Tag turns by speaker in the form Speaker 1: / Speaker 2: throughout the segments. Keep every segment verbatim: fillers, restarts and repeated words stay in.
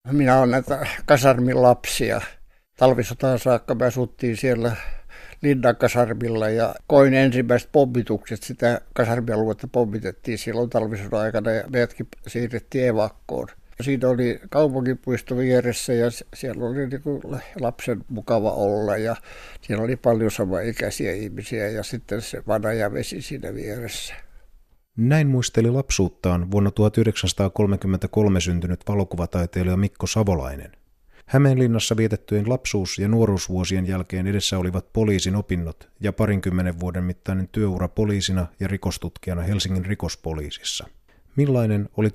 Speaker 1: Minä olen näitä kasarmin lapsia. Talvisotaan saakka me asuttiin siellä Linnan kasarmilla ja koin ensimmäiset pommitukset. Sitä kasarmialuetta pommitettiin silloin talvisodan aikana ja meidätkin siirrettiin evakkoon. Siinä oli kaupunkipuisto vieressä ja siellä oli niin kuin lapsen mukava olla ja siellä oli paljon samaikäisiä ihmisiä ja sitten se vanajavesi siinä vieressä.
Speaker 2: Näin muisteli lapsuuttaan vuonna tuhatyhdeksänsataakolmekymmentäkolme syntynyt valokuvataiteilija Mikko Savolainen. Hämeenlinnassa vietettyjen lapsuus- ja nuoruusvuosien jälkeen edessä olivat poliisin opinnot ja parinkymmenen vuoden mittainen työura poliisina ja rikostutkijana Helsingin rikospoliisissa. Millainen oli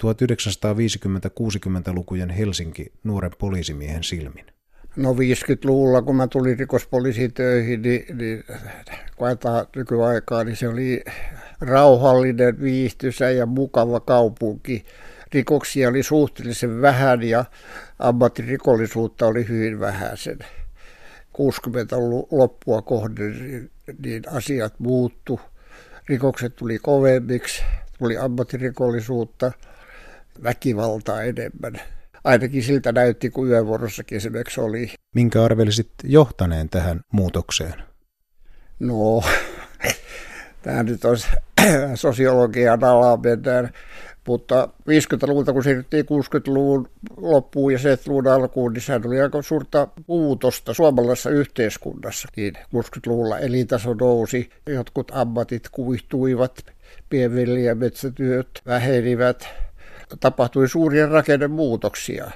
Speaker 2: tuhatyhdeksänsataaviisikymmentä-kuusikymmentälukujen Helsinki nuoren poliisimiehen silmin?
Speaker 1: No viisikymmentäluvulla, kun mä tulin rikospoliisiin töihin, niin, niin kun ajatellaan nykyaikaa, niin se oli rauhallinen, viihtyisä ja mukava kaupunki. Rikoksia oli suhteellisen vähän ja ammattirikollisuutta oli hyvin vähäisen. kuusikymmentäluvun loppua kohden niin asiat muuttu. Rikokset tuli kovemmiksi, tuli ammattirikollisuutta, väkivaltaa enemmän. Ainakin siltä näytti, kun yövuorossakin esimerkiksi oli.
Speaker 2: Minkä arvelisit johtaneen tähän muutokseen?
Speaker 1: No, tämä nyt on sosiologian alaa mennään, mutta viisikymmentäluvulta kun siirryttiin kuusikymmentäluvun loppuun ja seitsemänkymmentäluvun alkuun, niin sehän oli aika suurta muutosta suomalaisessa yhteiskunnassa. Niin kuusikymmentäluvulla elintaso nousi, jotkut ammatit kuihtuivat, pienvilja- ja metsätyöt vähenivät. Tapahtui suuria rakennemuutoksia.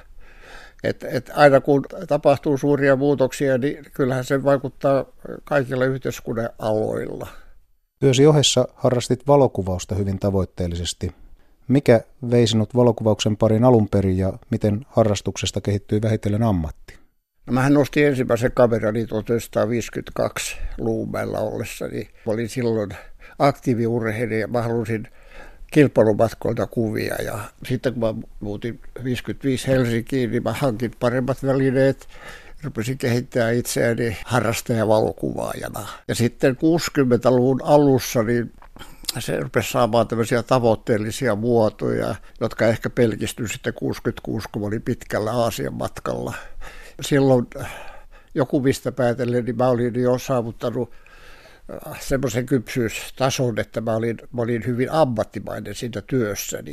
Speaker 1: Et, et aina kun tapahtuu suuria muutoksia, niin kyllähän se vaikuttaa kaikilla yhteiskunnan aloilla.
Speaker 2: Työsi ohessa harrastit valokuvausta hyvin tavoitteellisesti. Mikä vei sinut valokuvauksen parin alun perin ja miten harrastuksesta kehittyi vähitellen ammatti?
Speaker 1: No, mähän nostin ensimmäisen kamerani tuhatyhdeksänsataaviisikymmentäkaksi Luumäellä ollessani. Olin silloin aktiiviurheilija ja mä halusin kilpailumatkoilta kuvia ja sitten kun mä muutin viisikymmentäviisi Helsinkiin, niin mä hankin paremmat välineet, rupesin kehittämään itseäni harrastajavalokuvaajana. Ja sitten kuusikymmentäluvun alussa niin se rupesi saamaan tämmöisiä tavoitteellisia muotoja, jotka ehkä pelkistyi sitten kuusikymmentäkuusi, kun mä olin pitkällä Aasian matkalla. Silloin joku mistä päätellen, niin mä olin jo saavuttanut semmoisen kypsyystason, että mä olin, mä olin hyvin ammattimainen siinä työssäni.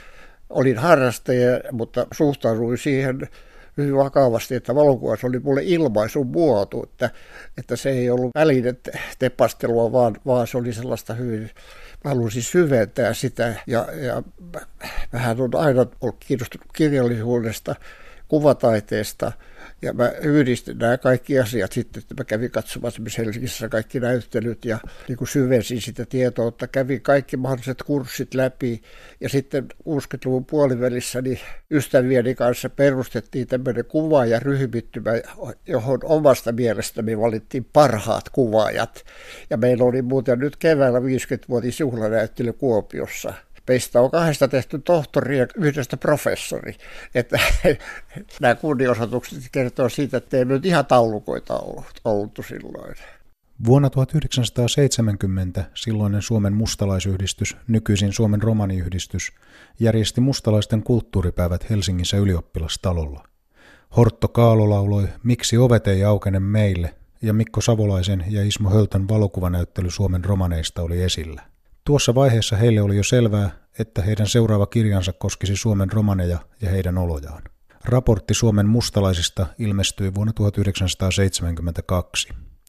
Speaker 1: Olin harrastaja, mutta suhtauduin siihen hyvin vakavasti, että valokuvaus oli mulle ilmaisun muoto, että, että se ei ollut välinetepastelua, vaan, vaan se oli sellaista hyvin, mä halusin syventää sitä ja, ja mähän on aina ollut kiinnostunut kirjallisuudesta, kuvataiteesta, ja mä yhdistin nämä kaikki asiat sitten, että mä kävin katsomassa Helsingissä kaikki näyttelyt ja niin kuin syvensin sitä tietoa, että kävin kaikki mahdolliset kurssit läpi. Ja sitten kuusikymmentäluvun puolivälissä niin ystävieni kanssa perustettiin tämmöinen kuvaajaryhmittymä, johon omasta mielestäni valittiin parhaat kuvaajat. Ja meillä oli muuten nyt keväällä viisikymmentävuotisjuhlanäyttely Kuopiossa. Meistä on kahdesta tehty tohtori ja yhdestä professori. Että nämä kunnianosoitukset kertoo siitä, että ei nyt ihan tallukoita ollut, oltu silloin.
Speaker 2: Vuonna tuhatyhdeksänsataaseitsemänkymmentä silloinen Suomen mustalaisyhdistys, nykyisin Suomen romaniyhdistys, järjesti mustalaisten kulttuuripäivät Helsingissä ylioppilastalolla. Hortto Kaalo lauloi Miksi ovet ei aukene meille, ja Mikko Savolaisen ja Ismo Höltön valokuvanäyttely Suomen romaneista oli esillä. Tuossa vaiheessa heille oli jo selvää, että heidän seuraava kirjansa koskisi Suomen romaneja ja heidän olojaan. Raportti Suomen mustalaisista ilmestyi vuonna tuhatyhdeksänsataaseitsemänkymmentäkaksi.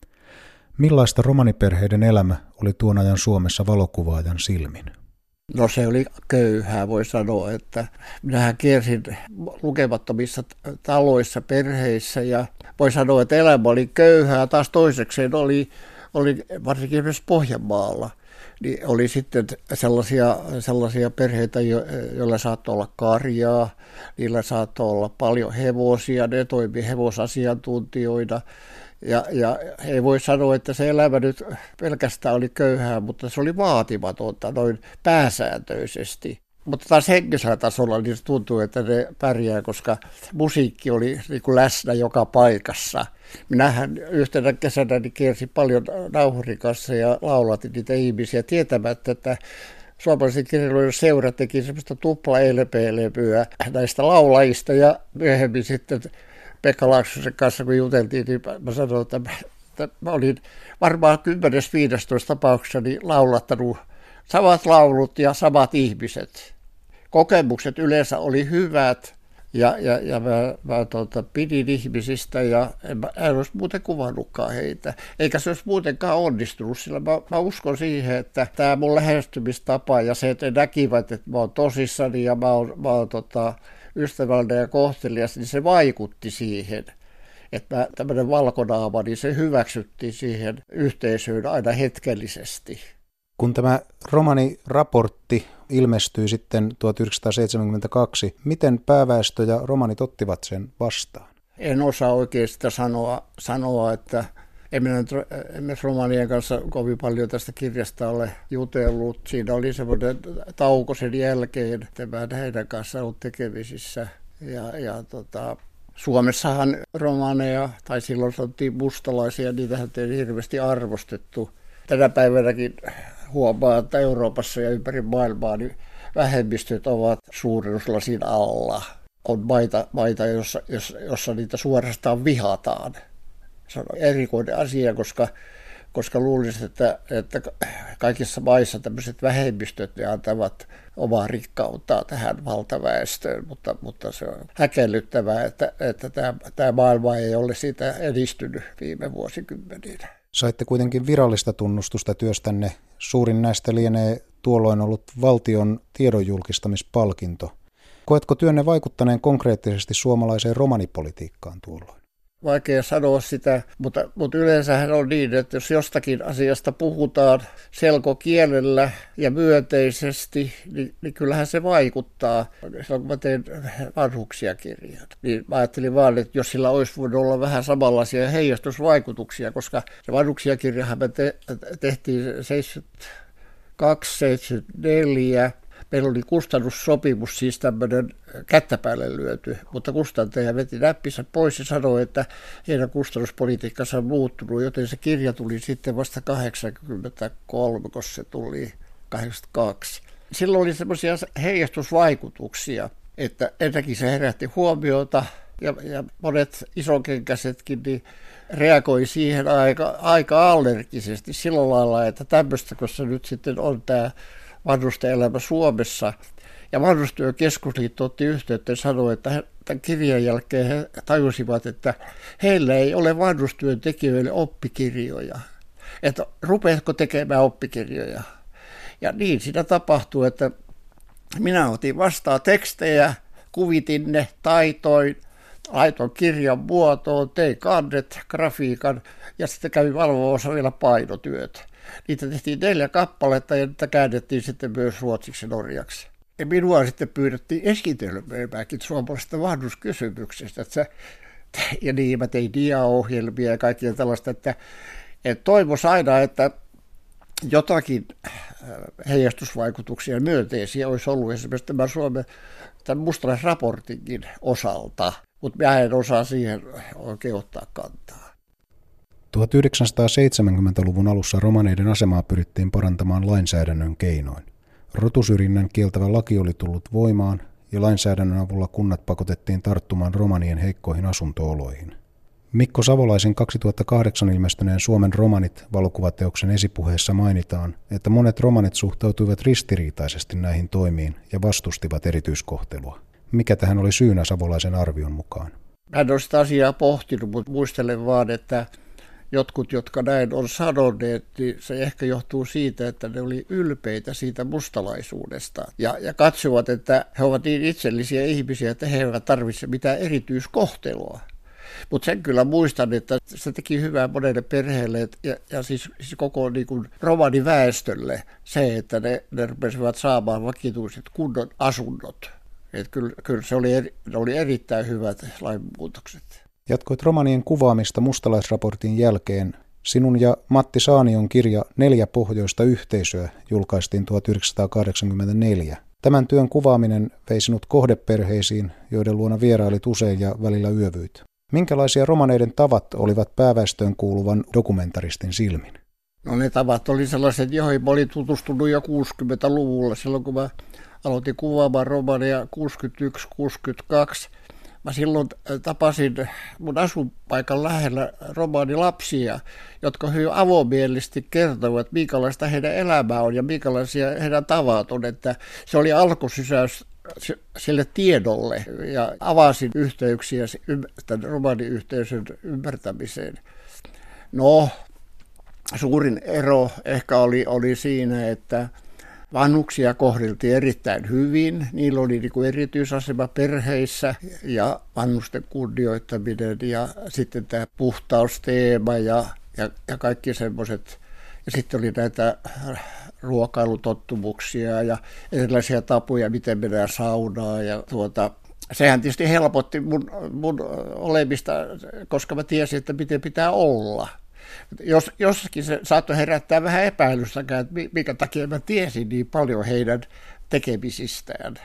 Speaker 2: Millaista romaniperheiden elämä oli tuon ajan Suomessa valokuvaajan silmin?
Speaker 1: No se oli köyhää, voi sanoa, että minähän kiersin lukemattomissa taloissa, perheissä ja voi sanoa, että elämä oli köyhää. Taas toisekseen oli, oli varsinkin myös Pohjanmaalla. Niin oli sitten sellaisia, sellaisia perheitä, joilla saattoi olla karjaa, niillä saattoi olla paljon hevosia, ne toimi hevosasiantuntijoina. Ja, ja ei voi sanoa, että se elämä nyt pelkästään oli köyhää, mutta se oli vaatimatonta noin pääsääntöisesti. Mutta taas henkisellä tasolla niin tuntuu, että ne pärjää, koska musiikki oli niin kuin läsnä joka paikassa. Minähän yhtenä kesänä niin kiersin paljon nauhurin kanssa ja laulatin niitä ihmisiä tietämättä, että suomalaisen kirjailijoiden seura teki semmoista tupla-L P-levyä näistä laulajista, ja myöhemmin sitten Pekka Laaksosen kanssa, kun juteltiin, niin mä sanoin, että mä, että mä olin varmaan kymmenen viisitoista tapauksessa niin laulattanut samat laulut ja samat ihmiset. Kokemukset yleensä oli hyvät, ja, ja, ja mä, mä tuota, pidin ihmisistä, ja en, mä, en olisi muuten kuvannutkaan heitä. Eikä se olisi muutenkaan onnistunut, sillä mä, mä uskon siihen, että tämä mun lähestymistapa ja se, että ne näkivät, että mä oon tosissani ja mä oon, mä oon tota, ystävällinen ja kohtelias, niin se vaikutti siihen. Että tämmöinen valkonaama, niin se hyväksyttiin siihen yhteisöön aina hetkellisesti.
Speaker 2: Kun tämä romaniraportti ilmestyi sitten tuhatyhdeksänsataaseitsemänkymmentäkaksi, miten pääväestö ja romanit ottivat sen vastaan?
Speaker 1: En osaa oikein sitä sanoa, sanoa että en minä nyt esimerkiksi romanien kanssa kovin paljon tästä kirjasta ole jutellut. Siinä oli semmoinen tauko sen jälkeen, että mä heidän kanssa ollut tekemisissä. Ja, ja tota, Suomessahan romaneja, tai silloin sanottiin mustalaisia, niitähän ei hirveästi arvostettu. Tänä päivänäkin huomaa, että Euroopassa ja ympäri maailmaa niin vähemmistöt ovat suurennuslasin alla. On maita, maita jossa, jossa, jossa niitä suorastaan vihataan. Se on erikoinen asia, koska, koska luulisin, että, että kaikissa maissa tämmöiset vähemmistöt ne antavat omaa rikkauttaa tähän valtaväestöön, mutta, mutta se on häkellyttävää, että, että tämä, tämä maailma ei ole siitä edistynyt viime vuosikymmeninä.
Speaker 2: Saitte kuitenkin virallista tunnustusta työstänne. Suurin näistä lienee tuolloin ollut valtion tiedonjulkistamispalkinto. Koetko työnne vaikuttaneen konkreettisesti suomalaiseen romanipolitiikkaan tuolloin?
Speaker 1: Vaikea sanoa sitä, mutta, mutta yleensähän on niin, että jos jostakin asiasta puhutaan selkokielellä ja myönteisesti, niin, niin kyllähän se vaikuttaa. Silloin kun mä tein vanhuksia kirjat, niin mä ajattelin vaan, että jos sillä olisi voinut olla vähän samanlaisia heijastusvaikutuksia, koska se vanhuksia kirjahan me te, tehtiin seitsemänkymmentäkaksi seitsemänkymmentäneljä. Meillä oli kustannussopimus, siis tämmöinen kättä päälle lyöty, mutta kustantaja veti näppinsä pois ja sanoi, että heidän kustannuspolitiikkansa on muuttunut, joten se kirja tuli sitten vasta kahdeksankymmentäkolme, kun se tuli kahdeksankymmentäkaksi. Silloin oli semmoisia heijastusvaikutuksia, että ensinnäkin se herätti huomiota ja, ja monet isonkenkäisetkin niin reagoi siihen aika, aika allergisesti sillä lailla, että tämmöistä, kun se nyt sitten on tämä vanhusten elämä Suomessa. Ja vanhustyön keskusliitto otti yhteyttä ja sanoi, että tämän kirjan jälkeen he tajusivat, että heillä ei ole vanhustyön tekijöille oppikirjoja. Että rupeatko tekemään oppikirjoja? Ja niin siinä tapahtui, että minä otin vastaan tekstejä, kuvitin ne, taitoin, laitoin kirjan muotoon, tein kannet, grafiikan ja sitten kävin valvomassa vielä painotyöt. Niitä tehtiin neljä kappaletta ja niitä käännettiin sitten myös ruotsiksi ja norjaksi. Ja minua sitten pyydettiin esitelmääkin suomalaisesta vanhuskysymyksestä. Että se, ja niin, mä tein diaohjelmia ja kaikkea tällaista, että, että toivoisi aina, että jotakin heijastusvaikutuksia myönteisiä olisi ollut esimerkiksi tämän Suomen tämän mustalaisraportinkin osalta, mutta mä en osaa siihen oikein ottaa kantaa.
Speaker 2: tuhatyhdeksänsataaseitsemänkymmentäluvun alussa romaneiden asemaa pyrittiin parantamaan lainsäädännön keinoin. Rotusyrjinnän kieltävä laki oli tullut voimaan ja lainsäädännön avulla kunnat pakotettiin tarttumaan romanien heikkoihin asunto-oloihin. Mikko Savolaisen kaksituhattakahdeksan ilmestyneen Suomen romanit -valokuvateoksen esipuheessa mainitaan, että monet romanit suhtautuivat ristiriitaisesti näihin toimiin ja vastustivat erityiskohtelua. Mikä tähän oli syynä Savolaisen arvion mukaan?
Speaker 1: Mä en ole sitä asiaa pohtinut, mutta muistelen vaan, että jotkut, jotka näin on sanoneet, niin se ehkä johtuu siitä, että ne oli ylpeitä siitä mustalaisuudesta. Ja, ja katsovat, että he ovat niin itsellisiä ihmisiä, että he eivät tarvitse mitään erityiskohtelua. Mutta sen kyllä muistan, että se teki hyvää monelle perheelle ja, ja siis, siis koko niin kuin romaniväestölle se, että ne, ne rupesivat saamaan vakituiset kunnon asunnot. Että kyllä, kyllä se oli, eri, ne oli erittäin hyvät lainmuutokset.
Speaker 2: Jatkoit romanien kuvaamista mustalaisraportin jälkeen. Sinun ja Matti Saanion kirja Neljä pohjoista yhteisöä julkaistiin tuhatyhdeksänsataakahdeksankymmentäneljä. Tämän työn kuvaaminen vei sinut kohdeperheisiin, joiden luona vierailit usein ja välillä yövyit. Minkälaisia romaneiden tavat olivat pääväestöön kuuluvan dokumentaristin silmin?
Speaker 1: No ne tavat oli sellaiset, joihin mä olin tutustunut jo kuusikymmentäluvulla, silloin kun mä aloitin kuvaamaan romania kuusikymmentäyksi kuusikymmentäkaksi. Mä silloin tapasin mun asuinpaikan lähellä romaanilapsia, jotka hyvin avomielisesti kertovat, minkälaista heidän elämää on ja minkälaisia heidän tavat on. Että se oli alkusysäys sille tiedolle ja avasin yhteyksiä tämän romaaniyhteisön ymmärtämiseen. No, suurin ero ehkä oli, oli siinä, että vanhuksia kohdeltiin erittäin hyvin. Niillä oli niin kuin erityisasema perheissä ja vanhusten kunnioittaminen ja sitten tämä puhtausteema ja, ja, ja kaikki semmoiset. Ja sitten oli näitä ruokailutottumuksia ja erilaisia tapoja, miten mennään saunaan. Ja tuota, sehän tietysti helpotti mun, mun olemista, koska mä tiesin, että miten pitää olla. Jos, jossakin se saattoi herättää vähän epäilystäkään, että minkä takia mä tiesin niin paljon heidän tekemisistään.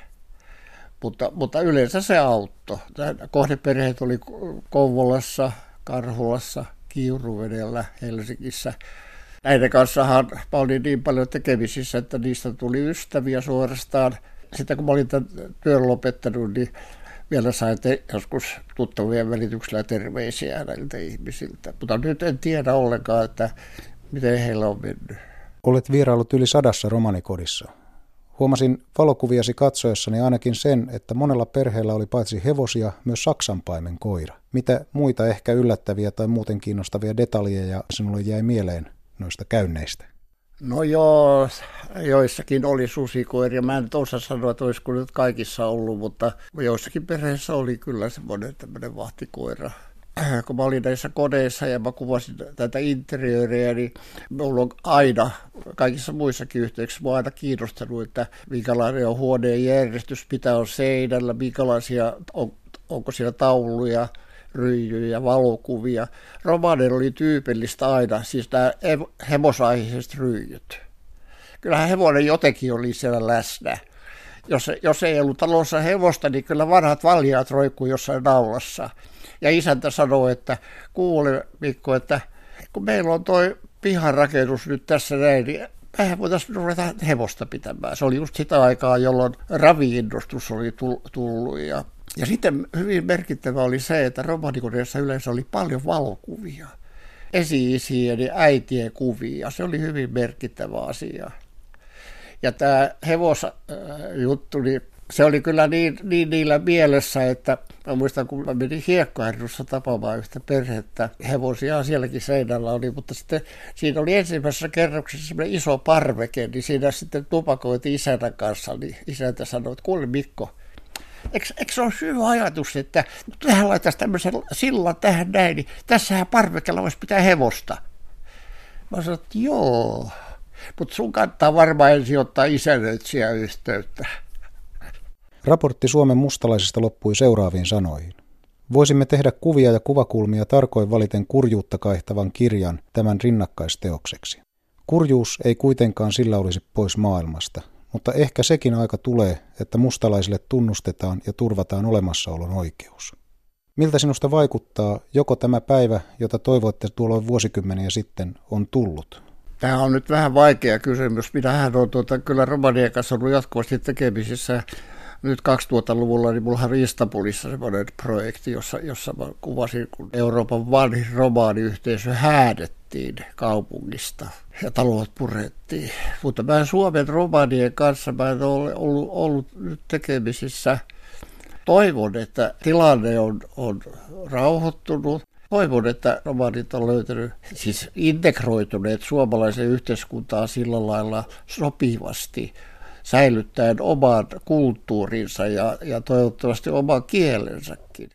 Speaker 1: Mutta, mutta yleensä se auttoi. Kohdeperheet oli Kouvolassa, Karhulassa, Kiuruvedellä, Helsingissä. Näiden kanssahan mä olin niin paljon tekemisissä, että niistä tuli ystäviä suorastaan. Sitten kun mä olin tämän työn lopettanut, niin vielä sain te- joskus tuttavien välityksellä terveisiä näiltä ihmisiltä. Mutta nyt en tiedä ollenkaan, että miten heillä on mennyt.
Speaker 2: Olet vieraillut yli sadassa romanikodissa. Huomasin valokuviasi katsoessani ainakin sen, että monella perheellä oli paitsi hevosia, myös saksanpaimen koira. Mitä muita ehkä yllättäviä tai muuten kiinnostavia detaljeja sinulle jäi mieleen noista käynneistä?
Speaker 1: No joo, joissakin oli susikoiria. Mä en nyt osaa sanoa, että olisiko nyt kaikissa ollut, mutta joissakin perheissä oli kyllä semmoinen tämmöinen vahtikoira. Kun mä olin näissä kodeissa ja mä kuvasin tätä interiööriä, niin mulla on aina, kaikissa muissakin yhteyksissä, mä oon aina kiinnostanut, että minkälainen on huoneen järjestys, mitä on seinällä, minkälaisia, on, onko siellä tauluja, ryijyjä, valokuvia. Romaaneilla oli tyypillistä aina, siis nämä hevosaihiset ryijyt. Kyllähän hevonen jotenkin oli siellä läsnä. Jos, jos ei ollut talossa hevosta, niin kyllä vanhat valjaat roikkuu jossain naulassa. Ja isäntä sanoi, että kuule Mikko, että kun meillä on toi piharakennus nyt tässä näin, niin mehän voitaisiin ruveta hevosta pitämään. Se oli just sitä aikaa, jolloin ravi-innostus oli tullut. Ja, ja sitten hyvin merkittävä oli se, että romaanikodeissa yleensä oli paljon valokuvia. Esi-isien ja äitien kuvia. Se oli hyvin merkittävä asia. Ja tämä hevosjuttu, niin se oli kyllä niin, niin niillä mielessä, että mä muistan, kun mä menin Hiekkaherrussa tapaamaan yhtä perhettä. Hevosia sielläkin seinällä oli, mutta sitten siinä oli ensimmäisessä kerroksessa semmoinen iso parveke, niin siinä sitten tupakoitiin isännän kanssa, niin isäntä sanoi, että kuule Mikko, eikö, eikö se ole hyvä ajatus, että tähän laitaisiin tämmöisen sillan tähän näin, niin tässähän parvekella voisi pitää hevosta. Mä sanoin, että joo, mutta sun kannattaa varmaan ensin ottaa isännöitsijä yhteyttä.
Speaker 2: Raportti Suomen mustalaisista loppui seuraaviin sanoihin. Voisimme tehdä kuvia ja kuvakulmia tarkoin valiten kurjuutta kaihtavan kirjan tämän rinnakkaisteokseksi. Kurjuus ei kuitenkaan sillä olisi pois maailmasta, mutta ehkä sekin aika tulee, että mustalaisille tunnustetaan ja turvataan olemassaolon oikeus. Miltä sinusta vaikuttaa joko tämä päivä, jota toivoitte tuolloin vuosikymmeniä sitten, on tullut?
Speaker 1: Tämä on nyt vähän vaikea kysymys. Minähän olen tuota, kyllä romanien kanssa ollut jatkuvasti tekemisissä. Nyt kaksituhattaluvulla niin mulla oli Istanbulissa semmoinen projekti, jossa, jossa mä kuvasin, kun Euroopan vanhin romaaniyhteisö häädettiin kaupungista ja talot purettiin. Mutta mä Suomen romaanien kanssa mä en ole ollut, ollut nyt tekemisissä. Toivon, että tilanne on, on rauhoittunut. Toivon, että romaanit on löytänyt, siis integroituneet suomalaisen yhteiskuntaan sillä lailla sopivasti, säilyttäen oman kulttuurinsa ja, ja toivottavasti oman kielensäkin.